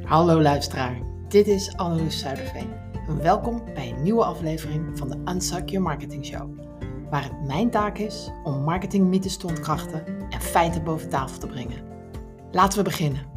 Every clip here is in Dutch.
Hallo luisteraar, dit is Anneloes Zuiderveen. Welkom bij een nieuwe aflevering van de Unsuck Your Marketing Show. Waar het mijn taak is om marketingmythes te ontkrachten en feiten boven tafel te brengen. Laten we beginnen.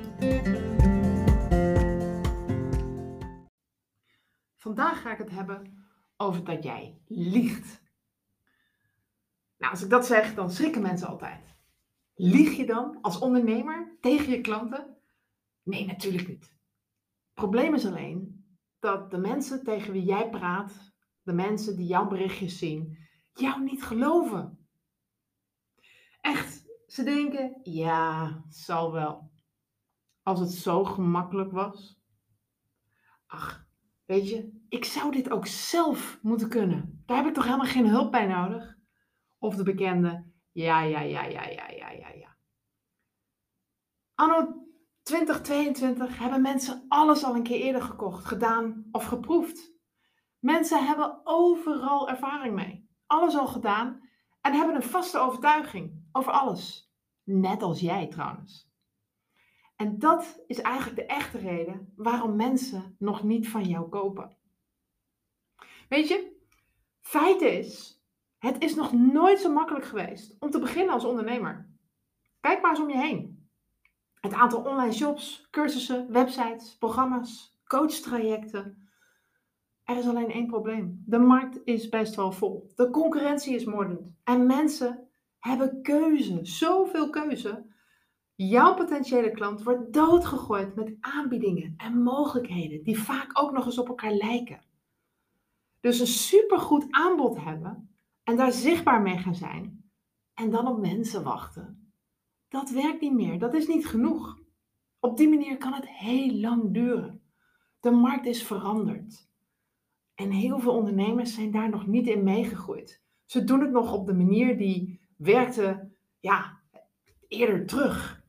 Vandaag ga ik het hebben over dat jij liegt. Nou, als ik dat zeg, dan schrikken mensen altijd. Lieg je dan als ondernemer tegen je klanten? Nee, natuurlijk niet. Het probleem is alleen dat de mensen tegen wie jij praat, de mensen die jouw berichtjes zien, jou niet geloven. Echt, ze denken, ja, zal wel. Als het zo gemakkelijk was. Ach, weet je, ik zou dit ook zelf moeten kunnen. Daar heb ik toch helemaal geen hulp bij nodig? Of de bekende, ja. Anno 2022 hebben mensen alles al een keer eerder gekocht, gedaan of geproefd. Mensen hebben overal ervaring mee. Alles al gedaan en hebben een vaste overtuiging over alles. Net als jij trouwens. En dat is eigenlijk de echte reden waarom mensen nog niet van jou kopen. Weet je, feit is, het is nog nooit zo makkelijk geweest om te beginnen als ondernemer. Kijk maar eens om je heen. Het aantal online shops, cursussen, websites, programma's, coachtrajecten. Er is alleen één probleem. De markt is best wel vol. De concurrentie is moordend. En mensen hebben keuze. Zoveel keuze. Jouw potentiële klant wordt doodgegooid met aanbiedingen en mogelijkheden die vaak ook nog eens op elkaar lijken. Dus een supergoed aanbod hebben en daar zichtbaar mee gaan zijn en dan op mensen wachten. Dat werkt niet meer. Dat is niet genoeg. Op die manier kan het heel lang duren. De markt is veranderd. En heel veel ondernemers zijn daar nog niet in meegegroeid. Ze doen het nog op de manier die werkte, eerder terug.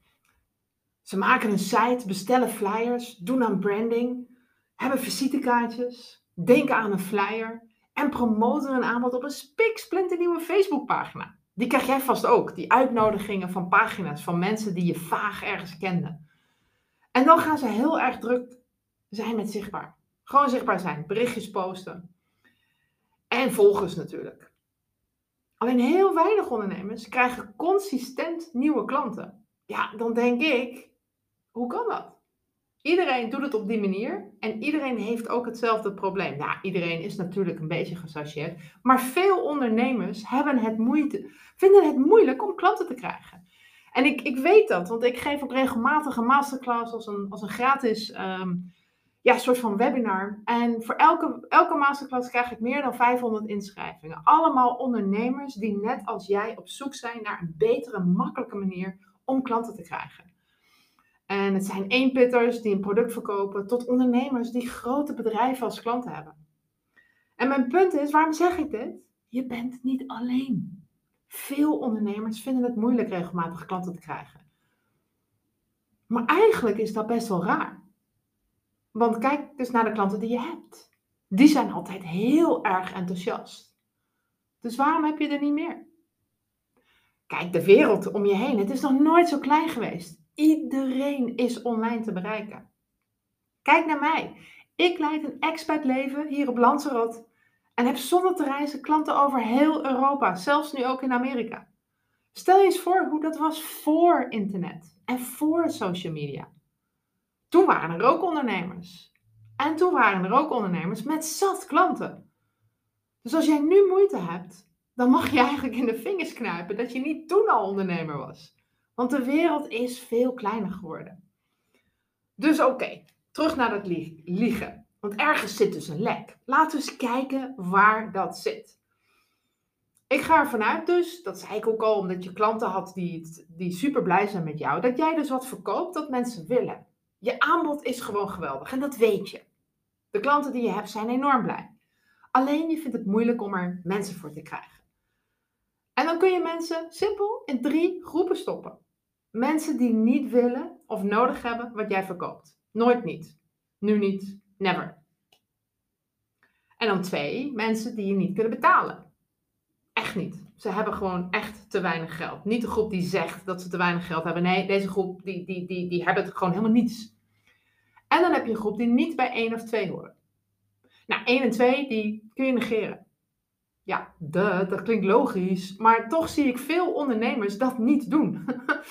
Ze maken een site, bestellen flyers, doen aan branding, hebben visitekaartjes, denken aan een flyer en promoten een aanbod op een spiksplinternieuwe Facebookpagina. Die krijg jij vast ook, die uitnodigingen van pagina's van mensen die je vaag ergens kenden. En dan gaan ze heel erg druk zijn met zichtbaar. Gewoon zichtbaar zijn, berichtjes posten. En volgers natuurlijk. Alleen heel weinig ondernemers krijgen consistent nieuwe klanten. Ja, dan denk ik, hoe kan dat? Iedereen doet het op die manier en iedereen heeft ook hetzelfde probleem. Nou, iedereen is natuurlijk een beetje gechargeerd, maar veel ondernemers vinden het moeilijk om klanten te krijgen. En ik weet dat, want ik geef ook regelmatig een masterclass als een gratis soort van webinar. En voor elke masterclass krijg ik meer dan 500 inschrijvingen. Allemaal ondernemers die net als jij op zoek zijn naar een betere, makkelijke manier om klanten te krijgen. En het zijn eenpitters die een product verkopen tot ondernemers die grote bedrijven als klanten hebben. En mijn punt is, waarom zeg ik dit? Je bent niet alleen. Veel ondernemers vinden het moeilijk regelmatig klanten te krijgen. Maar eigenlijk is dat best wel raar. Want kijk dus naar de klanten die je hebt. Die zijn altijd heel erg enthousiast. Dus waarom heb je er niet meer? Kijk, de wereld om je heen, het is nog nooit zo klein geweest. Iedereen is online te bereiken. Kijk naar mij. Ik leid een expertleven hier op Lanzarote en heb zonder te reizen klanten over heel Europa, zelfs nu ook in Amerika. Stel je eens voor hoe dat was voor internet en voor social media. Toen waren er ook ondernemers. En toen waren er ook ondernemers met zat klanten. Dus als jij nu moeite hebt, dan mag je eigenlijk in de vingers knijpen dat je niet toen al ondernemer was. Want de wereld is veel kleiner geworden. Dus oké, terug naar dat liegen. Want ergens zit dus een lek. Laten we eens kijken waar dat zit. Ik ga ervan uit dus, dat zei ik ook al, omdat je klanten had die super blij zijn met jou, dat jij dus wat verkoopt dat mensen willen. Je aanbod is gewoon geweldig en dat weet je. De klanten die je hebt zijn enorm blij. Alleen je vindt het moeilijk om er mensen voor te krijgen. En dan kun je mensen simpel in 3 groepen stoppen. Mensen die niet willen of nodig hebben wat jij verkoopt. Nooit niet. Nu niet. Never. En dan 2, mensen die je niet kunnen betalen. Echt niet. Ze hebben gewoon echt te weinig geld. Niet de groep die zegt dat ze te weinig geld hebben. Nee, deze groep die hebben het gewoon helemaal niets. En dan heb je een groep die niet bij 1 of 2 horen. Nou, 1 en 2, die kun je negeren. Ja, dat klinkt logisch, maar toch zie ik veel ondernemers dat niet doen.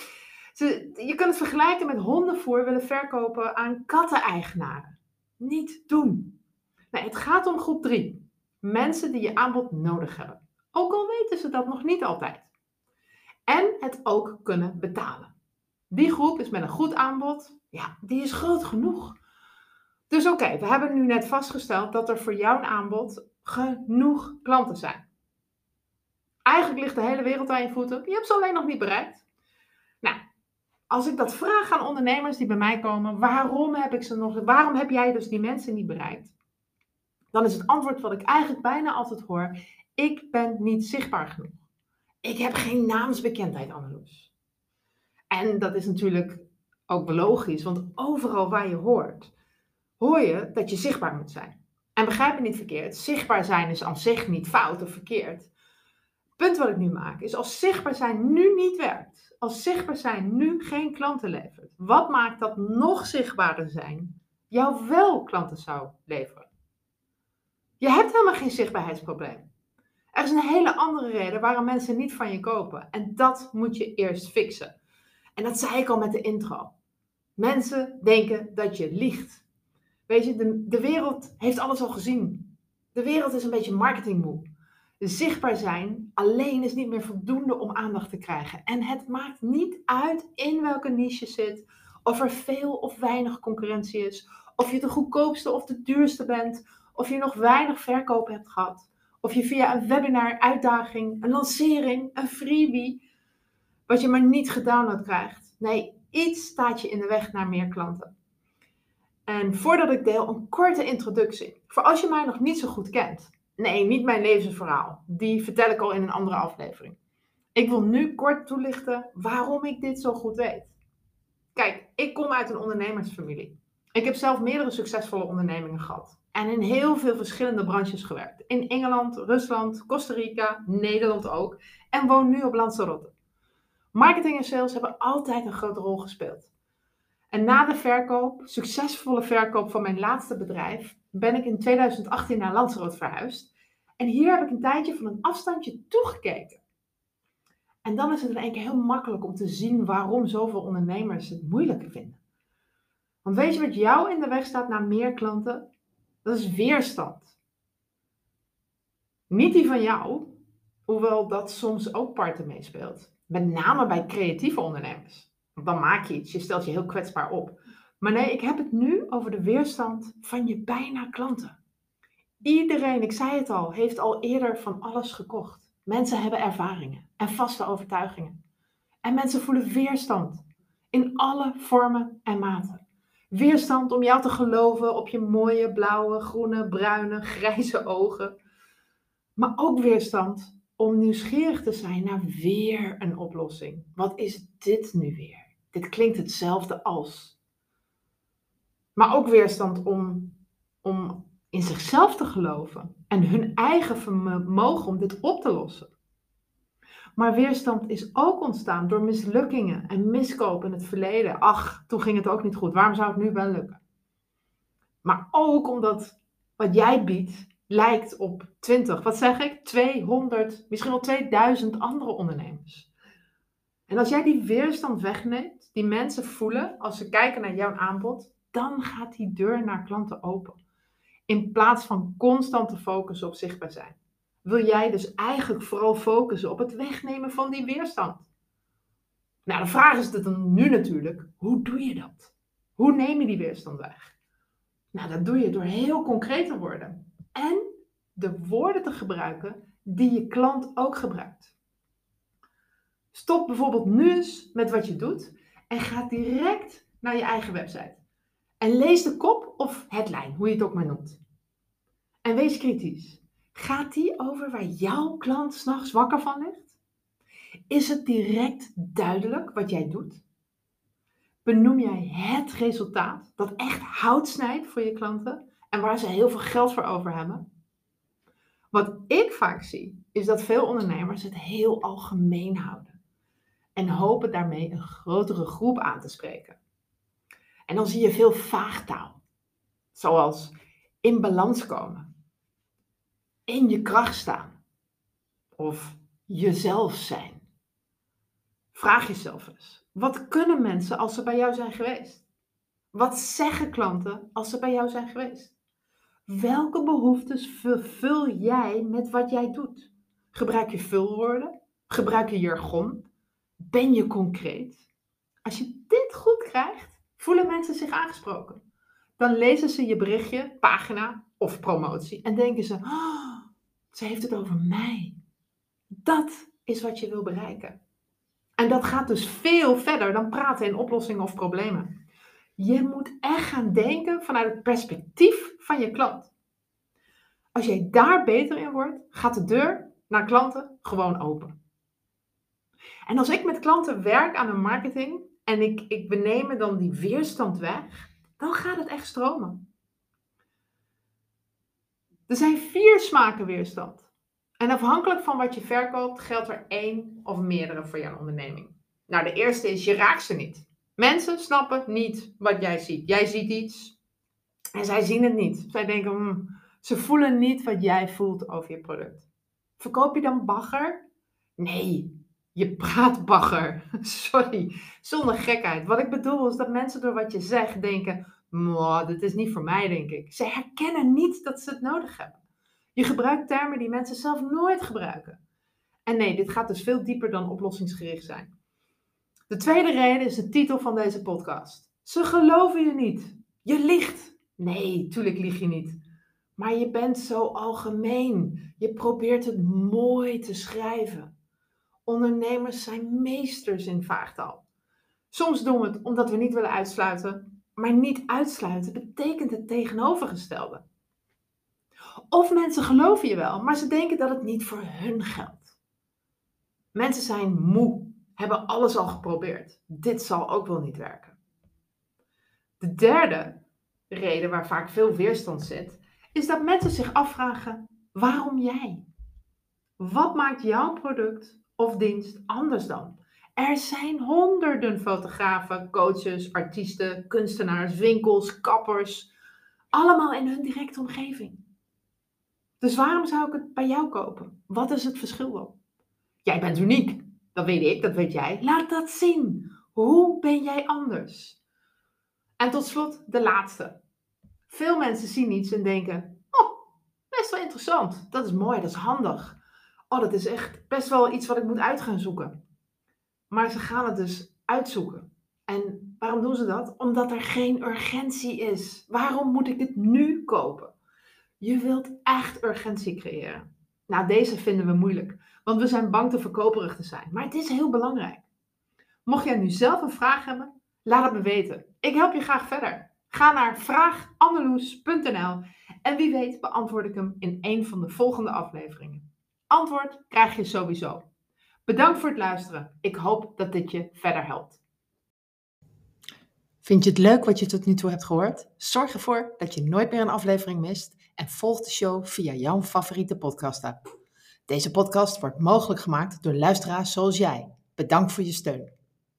Je kunt het vergelijken met hondenvoer willen verkopen aan katteneigenaren. Niet doen. Nee, het gaat om groep 3. Mensen die je aanbod nodig hebben. Ook al weten ze dat nog niet altijd. En het ook kunnen betalen. Die groep is met een goed aanbod, ja, die is groot genoeg. Dus oké, we hebben nu net vastgesteld dat er voor jouw aanbod genoeg klanten zijn. Eigenlijk ligt de hele wereld aan je voeten. Je hebt ze alleen nog niet bereikt. Nou, als ik dat vraag aan ondernemers die bij mij komen, waarom heb jij dus die mensen niet bereikt? Dan is het antwoord wat ik eigenlijk bijna altijd hoor: ik ben niet zichtbaar genoeg. Ik heb geen naamsbekendheid, Anneloes. En dat is natuurlijk ook wel logisch, want overal waar je hoor je dat je zichtbaar moet zijn. En begrijp me niet verkeerd, zichtbaar zijn is aan zich niet fout of verkeerd. Het punt wat ik nu maak is, als zichtbaar zijn nu niet werkt, als zichtbaar zijn nu geen klanten levert, wat maakt dat nog zichtbaarder zijn jou wel klanten zou leveren? Je hebt helemaal geen zichtbaarheidsprobleem. Er is een hele andere reden waarom mensen niet van je kopen. En dat moet je eerst fixen. En dat zei ik al met de intro. Mensen denken dat je liegt. Weet je, de wereld heeft alles al gezien. De wereld is een beetje marketingmoe. Zichtbaar zijn alleen is niet meer voldoende om aandacht te krijgen. En het maakt niet uit in welke niche je zit. Of er veel of weinig concurrentie is. Of je de goedkoopste of de duurste bent. Of je nog weinig verkoop hebt gehad. Of je via een webinar, uitdaging, een lancering, een freebie, wat je maar niet gedownload krijgt. Nee, iets staat je in de weg naar meer klanten. En voordat ik deel, een korte introductie. Voor als je mij nog niet zo goed kent. Nee, niet mijn levensverhaal. Die vertel ik al in een andere aflevering. Ik wil nu kort toelichten waarom ik dit zo goed weet. Kijk, ik kom uit een ondernemersfamilie. Ik heb zelf meerdere succesvolle ondernemingen gehad. En in heel veel verschillende branches gewerkt. In Engeland, Rusland, Costa Rica, Nederland ook. En woon nu op Lanzarote. Marketing en sales hebben altijd een grote rol gespeeld. En na de succesvolle verkoop van mijn laatste bedrijf, ben ik in 2018 naar Lanzarote verhuisd. En hier heb ik een tijdje van een afstandje toegekeken. En dan is het in één keer heel makkelijk om te zien waarom zoveel ondernemers het moeilijker vinden. Want weet je wat jou in de weg staat naar meer klanten? Dat is weerstand. Niet die van jou, hoewel dat soms ook parten meespeelt. Met name bij creatieve ondernemers. Want dan maak je iets, je stelt je heel kwetsbaar op. Maar nee, ik heb het nu over de weerstand van je bijna klanten. Iedereen, ik zei het al, heeft al eerder van alles gekocht. Mensen hebben ervaringen en vaste overtuigingen. En mensen voelen weerstand in alle vormen en maten. Weerstand om jou te geloven op je mooie blauwe, groene, bruine, grijze ogen. Maar ook weerstand om nieuwsgierig te zijn naar weer een oplossing. Wat is dit nu weer? Dit klinkt hetzelfde als. Maar ook weerstand om in zichzelf te geloven en hun eigen vermogen om dit op te lossen. Maar weerstand is ook ontstaan door mislukkingen en miskopen in het verleden. Ach, toen ging het ook niet goed. Waarom zou het nu wel lukken? Maar ook omdat wat jij biedt lijkt op 20, wat zeg ik? 200, misschien wel 2000 andere ondernemers. En als jij die weerstand wegneemt, die mensen voelen als ze kijken naar jouw aanbod, dan gaat die deur naar klanten open. In plaats van constant te focussen op zichtbaar zijn. Wil jij dus eigenlijk vooral focussen op het wegnemen van die weerstand? Nou, de vraag is dan nu natuurlijk, hoe doe je dat? Hoe neem je die weerstand weg? Nou, dat doe je door heel concreet te worden. En de woorden te gebruiken die je klant ook gebruikt. Stop bijvoorbeeld nu eens met wat je doet en ga direct naar je eigen website. En lees de kop of headline, hoe je het ook maar noemt. En wees kritisch. Gaat die over waar jouw klant 's nachts wakker van ligt? Is het direct duidelijk wat jij doet? Benoem jij het resultaat dat echt hout snijdt voor je klanten en waar ze heel veel geld voor over hebben? Wat ik vaak zie, is dat veel ondernemers het heel algemeen houden en hopen daarmee een grotere groep aan te spreken. En dan zie je veel vaagtaal. Zoals in balans komen. In je kracht staan. Of jezelf zijn. Vraag jezelf eens. Wat kunnen mensen als ze bij jou zijn geweest? Wat zeggen klanten als ze bij jou zijn geweest? Welke behoeftes vervul jij met wat jij doet? Gebruik je vulwoorden? Gebruik je jargon? Ben je concreet? Als je dit goed krijgt, voelen mensen zich aangesproken. Dan lezen ze je berichtje, pagina of promotie en denken ze, oh, ze heeft het over mij. Dat is wat je wil bereiken. En dat gaat dus veel verder dan praten in oplossingen of problemen. Je moet echt gaan denken vanuit het perspectief van je klant. Als jij daar beter in wordt, gaat de deur naar klanten gewoon open. En als ik met klanten werk aan hun marketing en we nemen dan die weerstand weg, dan gaat het echt stromen. Er zijn 4 smaken weerstand. En afhankelijk van wat je verkoopt, geldt er 1 of meerdere voor jouw onderneming. Nou, de eerste is, je raakt ze niet. Mensen snappen niet wat jij ziet. Jij ziet iets en zij zien het niet. Zij denken, ze voelen niet wat jij voelt over je product. Verkoop je dan bagger? Nee, je praat bagger. Sorry, zonder gekheid. Wat ik bedoel is dat mensen door wat je zegt denken, dit is niet voor mij, denk ik. Ze herkennen niet dat ze het nodig hebben. Je gebruikt termen die mensen zelf nooit gebruiken. En nee, dit gaat dus veel dieper dan oplossingsgericht zijn. De tweede reden is de titel van deze podcast. Ze geloven je niet. Je liegt. Nee, tuurlijk lieg je niet. Maar je bent zo algemeen. Je probeert het mooi te schrijven. Ondernemers zijn meesters in vaagtaal. Soms doen we het omdat we niet willen uitsluiten. Maar niet uitsluiten betekent het tegenovergestelde. Of mensen geloven je wel, maar ze denken dat het niet voor hun geldt. Mensen zijn moe, hebben alles al geprobeerd. Dit zal ook wel niet werken. De derde reden waar vaak veel weerstand zit, is dat mensen zich afvragen, waarom jij? Wat maakt jouw product of dienst anders dan? Er zijn honderden fotografen, coaches, artiesten, kunstenaars, winkels, kappers, allemaal in hun directe omgeving. Dus waarom zou ik het bij jou kopen? Wat is het verschil dan? Jij bent uniek. Dat weet ik, dat weet jij. Laat dat zien. Hoe ben jij anders? En tot slot de laatste. Veel mensen zien iets en denken, best wel interessant. Dat is mooi, dat is handig. Dat is echt best wel iets wat ik moet uit gaan zoeken. Maar ze gaan het dus uitzoeken. En waarom doen ze dat? Omdat er geen urgentie is. Waarom moet ik het nu kopen? Je wilt echt urgentie creëren. Nou, deze vinden we moeilijk, want we zijn bang te verkoperig te zijn. Maar het is heel belangrijk. Mocht jij nu zelf een vraag hebben, laat het me weten. Ik help je graag verder. Ga naar vraaganneloes.nl en wie weet beantwoord ik hem in een van de volgende afleveringen. Antwoord krijg je sowieso. Bedankt voor het luisteren. Ik hoop dat dit je verder helpt. Vind je het leuk wat je tot nu toe hebt gehoord? Zorg ervoor dat je nooit meer een aflevering mist en volg de show via jouw favoriete podcast-app. Deze podcast wordt mogelijk gemaakt door luisteraars zoals jij. Bedankt voor je steun.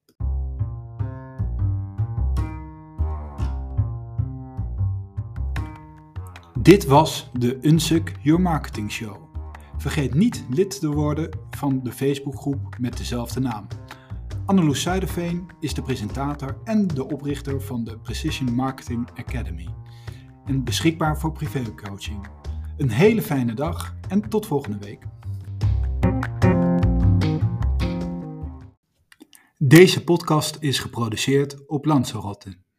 Dit was de Unsuck Your Marketing Show. Vergeet niet lid te worden van de Facebookgroep met dezelfde naam. Anneloes Zuiderveen is de presentator en de oprichter van de Precision Marketing Academy. En beschikbaar voor privécoaching. Een hele fijne dag en tot volgende week. Deze podcast is geproduceerd op Lanzarote.